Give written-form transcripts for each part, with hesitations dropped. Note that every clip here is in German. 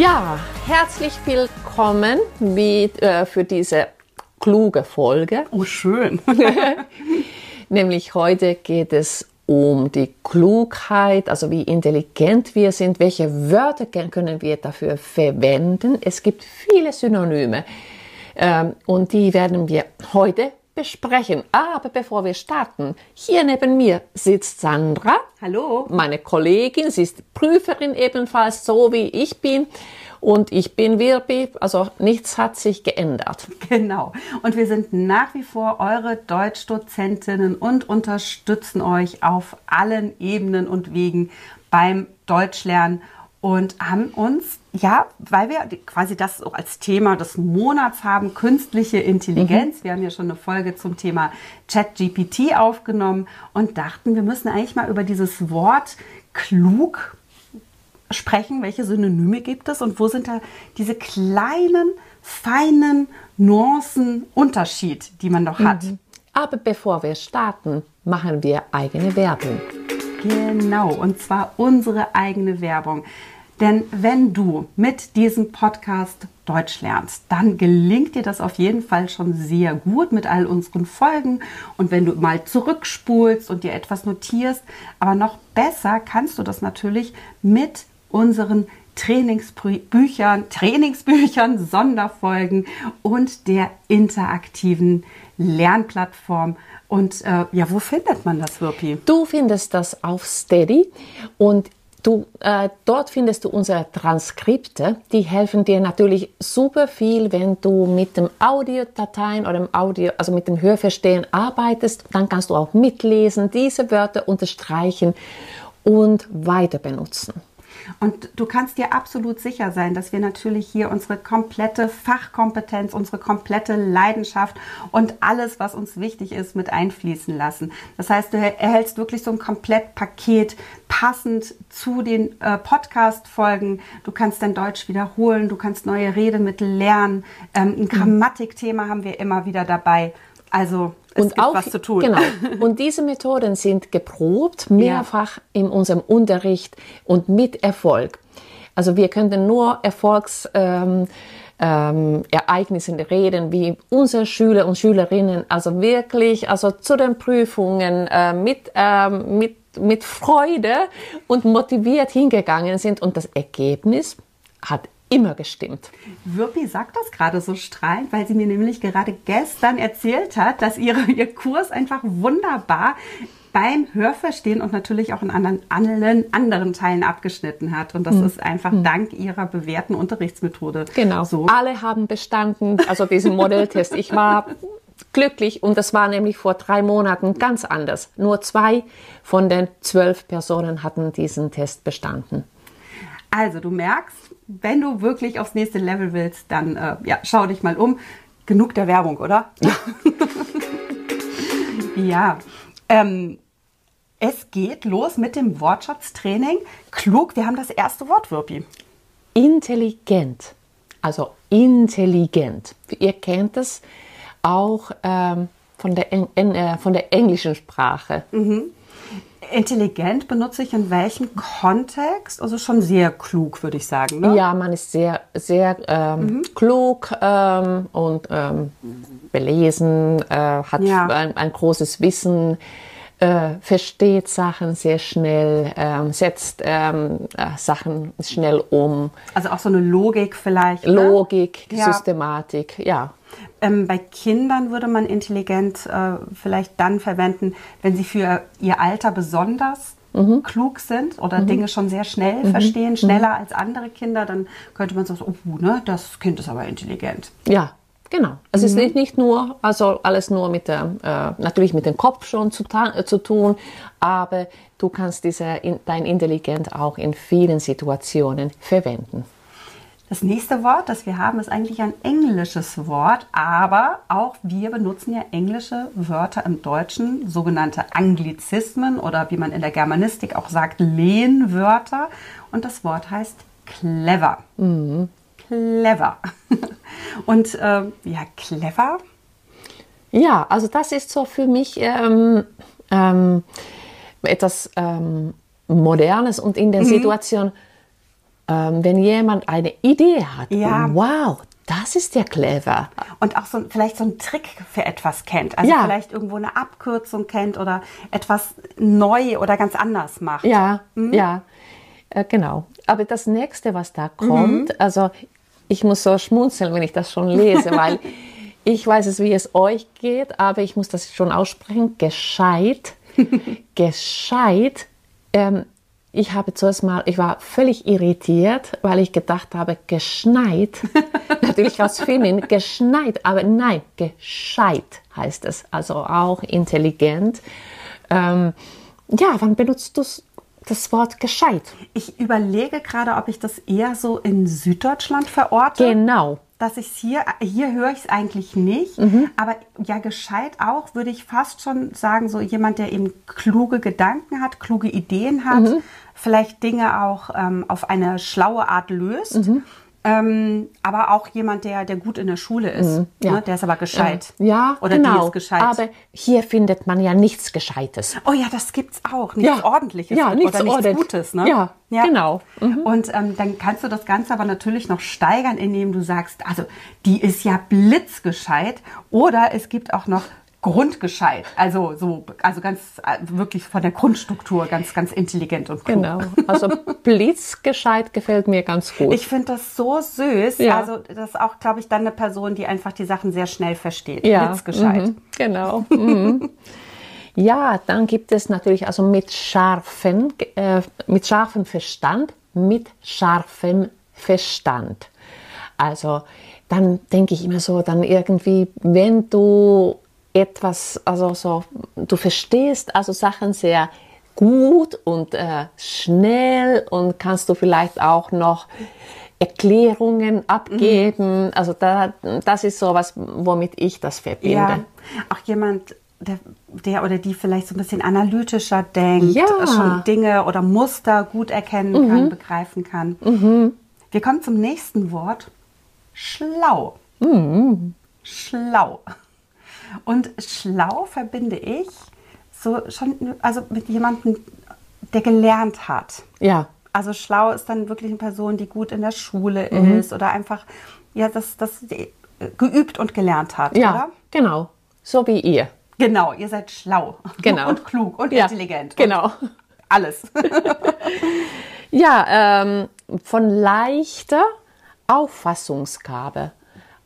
Ja, herzlich willkommen für diese kluge Folge. Oh, schön. Nämlich heute geht es um die Klugheit, also wie intelligent wir sind, welche Wörter können wir dafür verwenden. Es gibt viele Synonyme und die werden wir heute besprechen. Aber bevor wir starten, hier neben mir sitzt Sandra. Hallo. Meine Kollegin, sie ist Prüferin ebenfalls, so wie ich bin. Und ich bin Virpi, also nichts hat sich geändert. Genau. Und wir sind nach wie vor eure Deutschdozentinnen und unterstützen euch auf allen Ebenen und Wegen beim Deutschlernen. Und haben uns, ja, weil wir quasi das auch als Thema des Monats haben, künstliche Intelligenz. Wir haben ja schon eine Folge zum Thema ChatGPT aufgenommen und dachten, wir müssen eigentlich mal über dieses Wort klug sprechen. Welche Synonyme gibt es und wo sind da diese kleinen, feinen Nuancen, Unterschied, die man noch hat? Aber bevor wir starten, machen wir eigene Werbung. Genau, und zwar unsere eigene Werbung. Denn wenn du mit diesem Podcast Deutsch lernst, dann gelingt dir das auf jeden Fall schon sehr gut mit all unseren Folgen. Und wenn du mal zurückspulst und dir etwas notierst, aber noch besser kannst du das natürlich mit unseren Trainingsbüchern, Sonderfolgen und der interaktiven Lernplattform. Und ja, wo findet man das, Virpi? Du findest das auf Steady und dort findest du unsere Transkripte. Die helfen dir natürlich super viel, wenn du mit dem Audiodateien oder also mit dem Hörverstehen arbeitest. Dann kannst du auch mitlesen, diese Wörter unterstreichen und weiter benutzen. Und du kannst dir absolut sicher sein, dass wir natürlich hier unsere komplette Fachkompetenz, unsere komplette Leidenschaft und alles, was uns wichtig ist, mit einfließen lassen. Das heißt, du erhältst wirklich so ein Komplettpaket passend zu den Podcast-Folgen. Du kannst dein Deutsch wiederholen, du kannst neue Redemittel lernen. Ein Grammatikthema haben wir immer wieder dabei. Also es gibt was zu tun. Genau. Und diese Methoden sind geprobt, mehrfach in unserem Unterricht und mit Erfolg. Also wir könnten nur Erfolgsereignissen reden, wie unsere Schüler und Schülerinnen, also wirklich, also zu den Prüfungen mit Freude und motiviert hingegangen sind. Und das Ergebnis hat immer gestimmt. Virpi sagt das gerade so strahlend, weil sie mir nämlich gerade gestern erzählt hat, dass ihr Kurs einfach wunderbar beim Hörverstehen und natürlich auch in allen anderen Teilen abgeschnitten hat. Und das ist einfach dank ihrer bewährten Unterrichtsmethode. Genau, so. Alle haben bestanden, also diesen Modelltest. Ich war glücklich und das war nämlich vor 3 Monaten ganz anders. Nur 2 von den 12 Personen hatten diesen Test bestanden. Also du merkst, wenn du wirklich aufs nächste Level willst, dann schau dich mal um. Genug der Werbung, oder? Ja. Es geht los mit dem Wortschatztraining. Klug, wir haben das erste Wort, Virpi. Intelligent. Also intelligent. Ihr kennt es auch von der englischen Sprache. Intelligent benutze ich in welchem Kontext? Also schon sehr klug, würde ich sagen. Ne? Ja, man ist sehr, sehr klug und belesen, hat ein großes Wissen, versteht Sachen sehr schnell, setzt Sachen schnell um. Also auch so eine Logik vielleicht. Logik, Systematik, ja. Bei Kindern würde man intelligent vielleicht dann verwenden, wenn sie für ihr Alter besonders klug sind oder Dinge schon sehr schnell verstehen, schneller als andere Kinder. Dann könnte man sagen, das Kind ist aber intelligent. Ja, genau. Es ist nicht nur, also alles nur mit natürlich mit dem Kopf schon zu tun, aber du kannst dein Intelligent auch in vielen Situationen verwenden. Das nächste Wort, das wir haben, ist eigentlich ein englisches Wort, aber auch wir benutzen ja englische Wörter im Deutschen, sogenannte Anglizismen oder wie man in der Germanistik auch sagt, Lehnwörter. Und das Wort heißt clever. Clever. Und clever? Ja, also das ist so für mich etwas Modernes und in der Situation wenn jemand eine Idee hat, Ja. wow, das ist ja clever. Und auch vielleicht so einen Trick für etwas kennt. Also Ja. vielleicht irgendwo eine Abkürzung kennt oder etwas neu oder ganz anders macht. Ja, ja, genau. Aber das nächste, was da kommt, also ich muss so schmunzeln, wenn ich das schon lese, weil ich weiß es, wie es euch geht, aber ich muss das schon aussprechen. Gescheit, gescheit. Ich habe zuerst mal, ich war völlig irritiert, weil ich gedacht habe, geschneit, natürlich aus Finnen, geschneit, aber nein, gescheit heißt es, also auch intelligent. Ja, wann benutzt du das Wort gescheit? Ich überlege gerade, ob ich das eher so in Süddeutschland verorte. Genau. Dass ich hier höre ich es eigentlich nicht, aber ja, gescheit auch, würde ich fast schon sagen, so jemand, der eben kluge Gedanken hat, kluge Ideen hat, vielleicht Dinge auch auf eine schlaue Art löst, aber auch jemand, der gut in der Schule ist, ja. ne? Der ist aber gescheit. Ja, oder genau. die ist gescheit. Aber hier findet man ja nichts Gescheites. Oh ja, das gibt's auch. Nichts Ordentliches ja, nichts oder nichts Ordentlich. Gutes. Ne? Ja, genau. Und dann kannst du das Ganze aber natürlich noch steigern, indem du sagst, also die ist ja blitzgescheit oder es gibt auch noch grundgescheit. Also ganz wirklich von der Grundstruktur ganz, ganz intelligent und klug. Genau. Also blitzgescheit gefällt mir ganz gut. Ich finde das so süß. Ja. Also das ist auch, glaube ich, dann eine Person, die einfach die Sachen sehr schnell versteht. Ja, Blitzgescheit. Genau. Ja, dann gibt es natürlich also mit scharfem Verstand, Also dann denke ich immer so, dann irgendwie, wenn du etwas, also so, du verstehst also Sachen sehr gut und schnell und kannst du vielleicht auch noch Erklärungen abgeben. Also das ist so was, womit ich das verbinde. Ja, auch jemand, der oder die vielleicht so ein bisschen analytischer denkt, schon Dinge oder Muster gut erkennen kann, begreifen kann. Wir kommen zum nächsten Wort. Schlau. Schlau. Und schlau verbinde ich also mit jemandem, der gelernt hat. Ja. Also schlau ist dann wirklich eine Person, die gut in der Schule ist oder einfach das geübt und gelernt hat, oder? Genau. So wie ihr. Genau, ihr seid schlau. Genau. Und klug und intelligent. Genau. Und alles. Ja, von leichter Auffassungsgabe.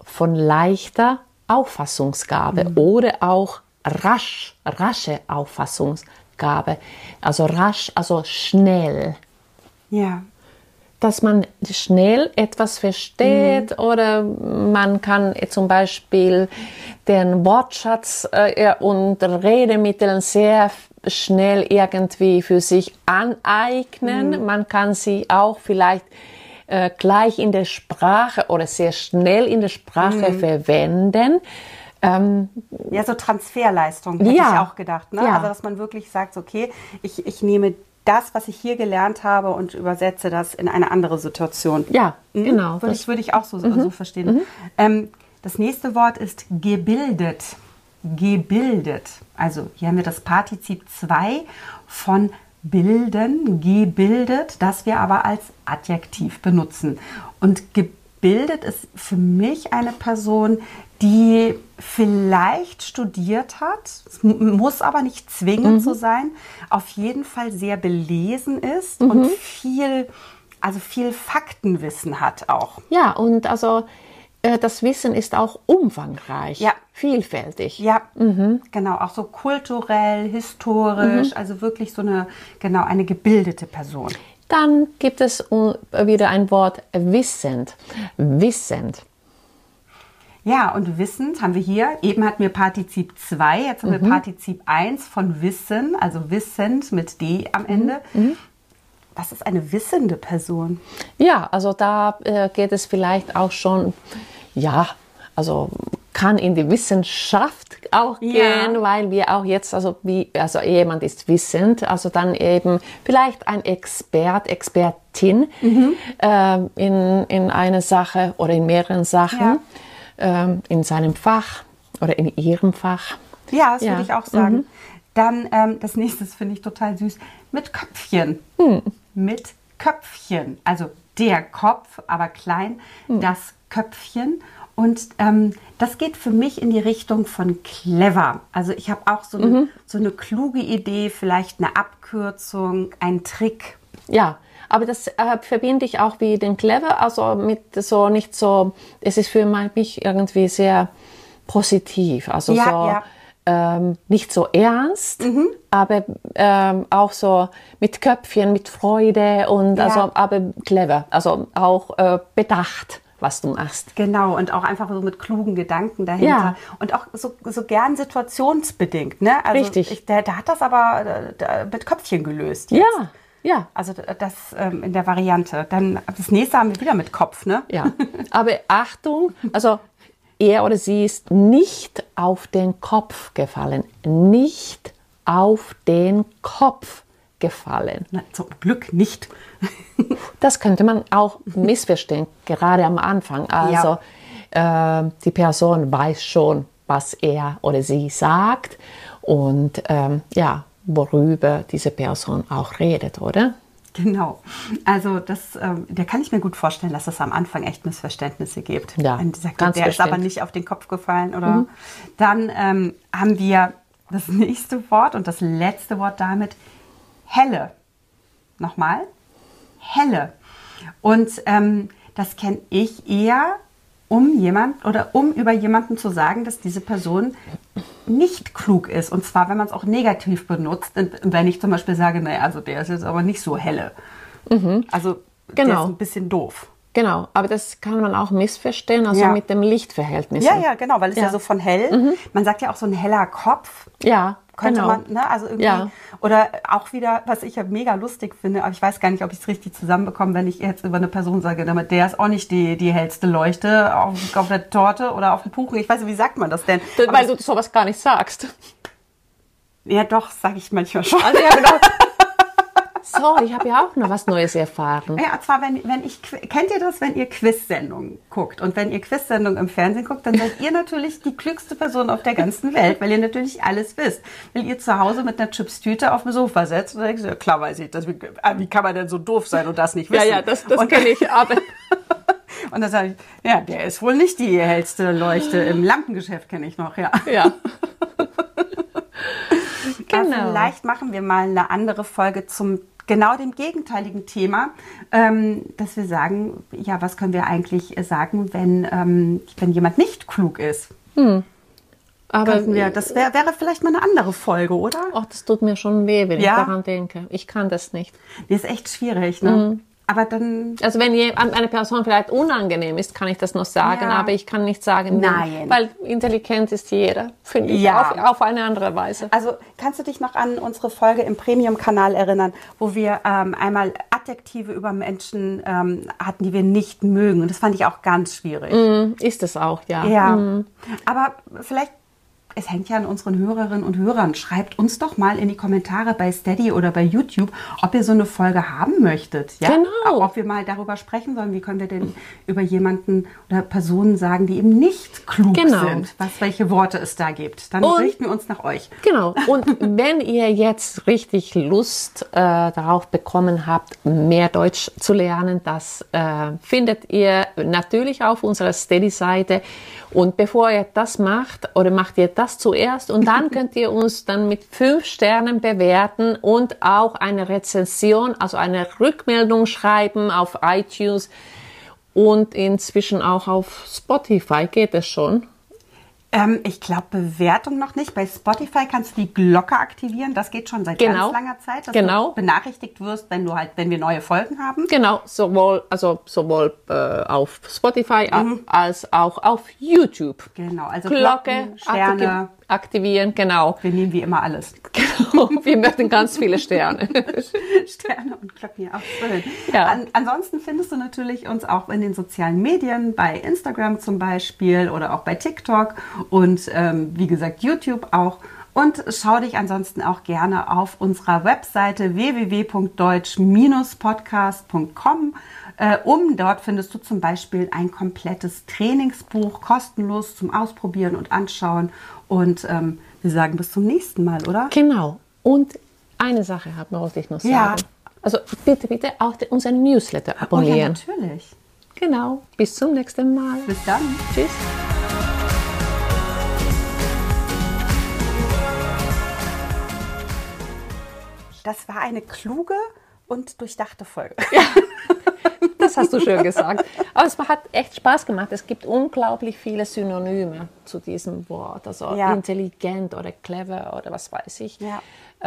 Oder auch rasche Auffassungsgabe. Also rasch, also schnell. Ja. Dass man schnell etwas versteht oder man kann zum Beispiel den Wortschatz und Redemittel sehr schnell irgendwie für sich aneignen. Man kann sie auch vielleicht gleich in der Sprache oder sehr schnell in der Sprache verwenden. Ja, so Transferleistung hätte ich auch gedacht. Ne? Ja. Also, dass man wirklich sagt, okay, ich nehme das, was ich hier gelernt habe und übersetze das in eine andere Situation. Ja, genau. Würde ich auch so verstehen. Das nächste Wort ist gebildet. Gebildet. Also hier haben wir das Partizip 2 von bilden, gebildet, das wir aber als Adjektiv benutzen. Und gebildet ist für mich eine Person, die vielleicht studiert hat, es muss aber nicht zwingend so sein, auf jeden Fall sehr belesen ist und viel Faktenwissen hat auch. Ja, und also das Wissen ist auch umfangreich, vielfältig. Ja, genau, auch so kulturell, historisch, also wirklich so eine gebildete Person. Dann gibt es wieder ein Wort wissend. Wissend. Ja, und wissend haben wir hier, eben hatten wir Partizip 2, jetzt haben wir Partizip 1 von wissen, also wissend mit D am Ende. Was ist eine wissende Person? Ja, also da geht es vielleicht auch schon, also kann in die Wissenschaft auch gehen, weil wir auch jetzt, also jemand ist wissend, also dann eben vielleicht ein Expertin in einer Sache oder in mehreren Sachen, in seinem Fach oder in ihrem Fach. Ja, das würde ich auch sagen. Dann das nächste finde ich total süß, mit Köpfchen. Mit Köpfchen, also der Kopf, aber klein, das Köpfchen. Und das geht für mich in die Richtung von clever. Also ich habe auch so eine kluge Idee, vielleicht eine Abkürzung, ein Trick. Ja, aber das verbinde ich auch wie den Clever, also mit so nicht so, es ist für mich irgendwie sehr positiv, also nicht so ernst, aber auch so mit Köpfchen, mit Freude und also aber clever, also auch bedacht, was du machst. Genau, und auch einfach so mit klugen Gedanken dahinter. Ja. Und auch so gern situationsbedingt. Ne? Also richtig. Der hat das aber mit Köpfchen gelöst. Jetzt. Ja. Also das in der Variante. Dann das nächste haben wir wieder mit Kopf, ne? Ja, aber Achtung, also er oder sie ist nicht auf den Kopf gefallen. Nicht auf den Kopf gefallen. Na, zum Glück nicht. Das könnte man auch missverstehen, gerade am Anfang. Also die Person weiß schon, was er oder sie sagt und worüber diese Person auch redet, oder? Genau. Also da kann ich mir gut vorstellen, dass es am Anfang echt Missverständnisse gibt. Ja, wenn die sagt, ganz der bestimmt. ist aber nicht auf den Kopf gefallen. Oder dann haben wir das nächste Wort und das letzte Wort damit, helle. Nochmal, helle. Und das kenne ich eher, um über jemanden zu sagen, dass diese Person nicht klug ist. Und zwar, wenn man es auch negativ benutzt. Und wenn ich zum Beispiel sage, naja, also der ist jetzt aber nicht so helle. Also der ist ein bisschen doof. Genau, aber das kann man auch missverstehen, also mit dem Lichtverhältnis. Ja, genau, weil es ja so von hell, man sagt ja auch so ein heller Kopf. Ja, könnte man, ne, also irgendwie, oder auch wieder, was ich ja mega lustig finde, aber ich weiß gar nicht, ob ich es richtig zusammenbekomme, wenn ich jetzt über eine Person sage, damit der ist auch nicht die hellste Leuchte auf der Torte oder auf dem Kuchen. Ich weiß nicht, wie sagt man das denn? Weil du sowas gar nicht sagst. Ja, doch, sage ich manchmal schon. Also ja, genau. So, ich habe ja auch noch was Neues erfahren. Ja, zwar, kennt ihr das, wenn ihr Quiz-Sendungen guckt? Und wenn ihr Quiz-Sendungen im Fernsehen guckt, dann seid ihr natürlich die klügste Person auf der ganzen Welt, weil ihr natürlich alles wisst. Weil ihr zu Hause mit einer Chipstüte auf dem Sofa sitzt und denkt, ja, klar weiß ich das. Wie kann man denn so doof sein und das nicht wissen? Ja, das kenne ich, aber... Und dann sage ich, ja, der ist wohl nicht die hellste Leuchte im Lampengeschäft, kenne ich noch, ja. Ja. Genau. Vielleicht machen wir mal eine andere Folge zum genau dem gegenteiligen Thema, dass wir sagen, ja, was können wir eigentlich sagen, wenn jemand nicht klug ist? Aber das wäre vielleicht mal eine andere Folge, oder? Ach, das tut mir schon weh, wenn ich daran denke. Ich kann das nicht. Das ist echt schwierig, ne? Aber dann... Also wenn eine Person vielleicht unangenehm ist, kann ich das noch sagen, aber ich kann nicht sagen, nein. Weil intelligent ist jeder, finde ich, auf eine andere Weise. Also kannst du dich noch an unsere Folge im Premium-Kanal erinnern, wo wir einmal Adjektive über Menschen hatten, die wir nicht mögen? Und das fand ich auch ganz schwierig. Ist es auch, ja. Ja, aber vielleicht... Es hängt ja an unseren Hörerinnen und Hörern. Schreibt uns doch mal in die Kommentare bei Steady oder bei YouTube, ob ihr so eine Folge haben möchtet. Ja? Genau. Ob wir mal darüber sprechen sollen, wie können wir denn über jemanden oder Personen sagen, die eben nicht klug sind, welche Worte es da gibt. Dann richten wir uns nach euch. Genau. Und wenn ihr jetzt richtig Lust darauf bekommen habt, mehr Deutsch zu lernen, das findet ihr natürlich auf unserer Steady-Seite. Und bevor ihr das macht ihr das zuerst und dann könnt ihr uns dann mit 5 Sternen bewerten und auch eine Rezension, also eine Rückmeldung schreiben auf iTunes und inzwischen auch auf Spotify. Geht es schon? Ich glaube, Bewertung noch nicht. Bei Spotify kannst du die Glocke aktivieren. Das geht schon seit ganz langer Zeit, dass du benachrichtigt wirst, wenn wir neue Folgen haben. Genau, sowohl auf Spotify als auch auf YouTube. Genau, also Glocke, Sterne aktivieren, genau. Wir nehmen wie immer alles. Genau, wir möchten ganz viele Sterne. Sterne und Glocken hier ausfüllen. Ja. Ansonsten findest du natürlich uns auch in den sozialen Medien, bei Instagram zum Beispiel oder auch bei TikTok und wie gesagt YouTube auch. Und schau dich ansonsten auch gerne auf unserer Webseite www.deutsch-podcast.com Dort findest du zum Beispiel ein komplettes Trainingsbuch, kostenlos zum Ausprobieren und Anschauen. Und wir sagen bis zum nächsten Mal, oder? Genau. Und eine Sache wollte ich noch sagen. Also bitte auch unseren Newsletter abonnieren. Ja, natürlich. Genau. Bis zum nächsten Mal. Bis dann. Tschüss. Das war eine kluge und durchdachte Folge. Ja, das hast du schön gesagt. Aber es hat echt Spaß gemacht. Es gibt unglaublich viele Synonyme zu diesem Wort. Also intelligent oder clever oder was weiß ich. Ja.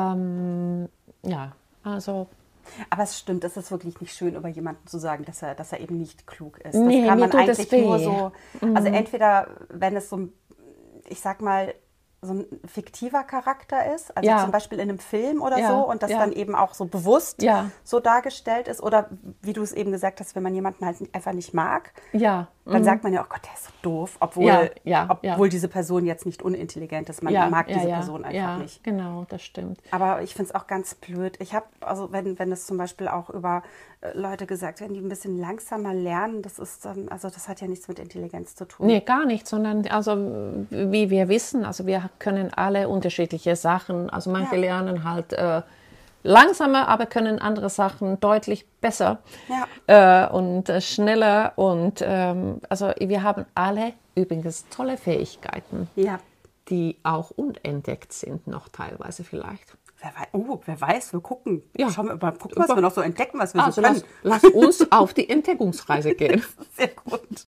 Also... Aber es stimmt, es ist wirklich nicht schön, über jemanden zu sagen, dass er eben nicht klug ist. Nee, das kann man eigentlich nur weh. so, also entweder, wenn es so, ich sag mal, so ein fiktiver Charakter ist, also zum Beispiel in einem Film oder so, und das dann eben auch so bewusst so dargestellt ist, oder wie du es eben gesagt hast, wenn man jemanden halt einfach nicht mag, dann sagt man ja, oh Gott, der ist so doof, obwohl diese Person jetzt nicht unintelligent ist, man mag diese Person einfach nicht. Genau, das stimmt. Aber ich finde es auch ganz blöd. Ich habe, also wenn es zum Beispiel auch über Leute gesagt werden, die ein bisschen langsamer lernen, das ist dann, also das hat ja nichts mit Intelligenz zu tun. Nee, gar nicht, sondern also wie wir wissen, also wir können alle unterschiedliche Sachen, also manche lernen halt langsamer, aber können andere Sachen deutlich besser und schneller und also wir haben alle übrigens tolle Fähigkeiten, die auch unentdeckt sind, noch teilweise vielleicht. Wer weiß, wir gucken. Ja. Schauen wir mal gucken, was wir noch so entdecken, was wir so können. Lass uns auf die Entdeckungsreise gehen. Sehr gut.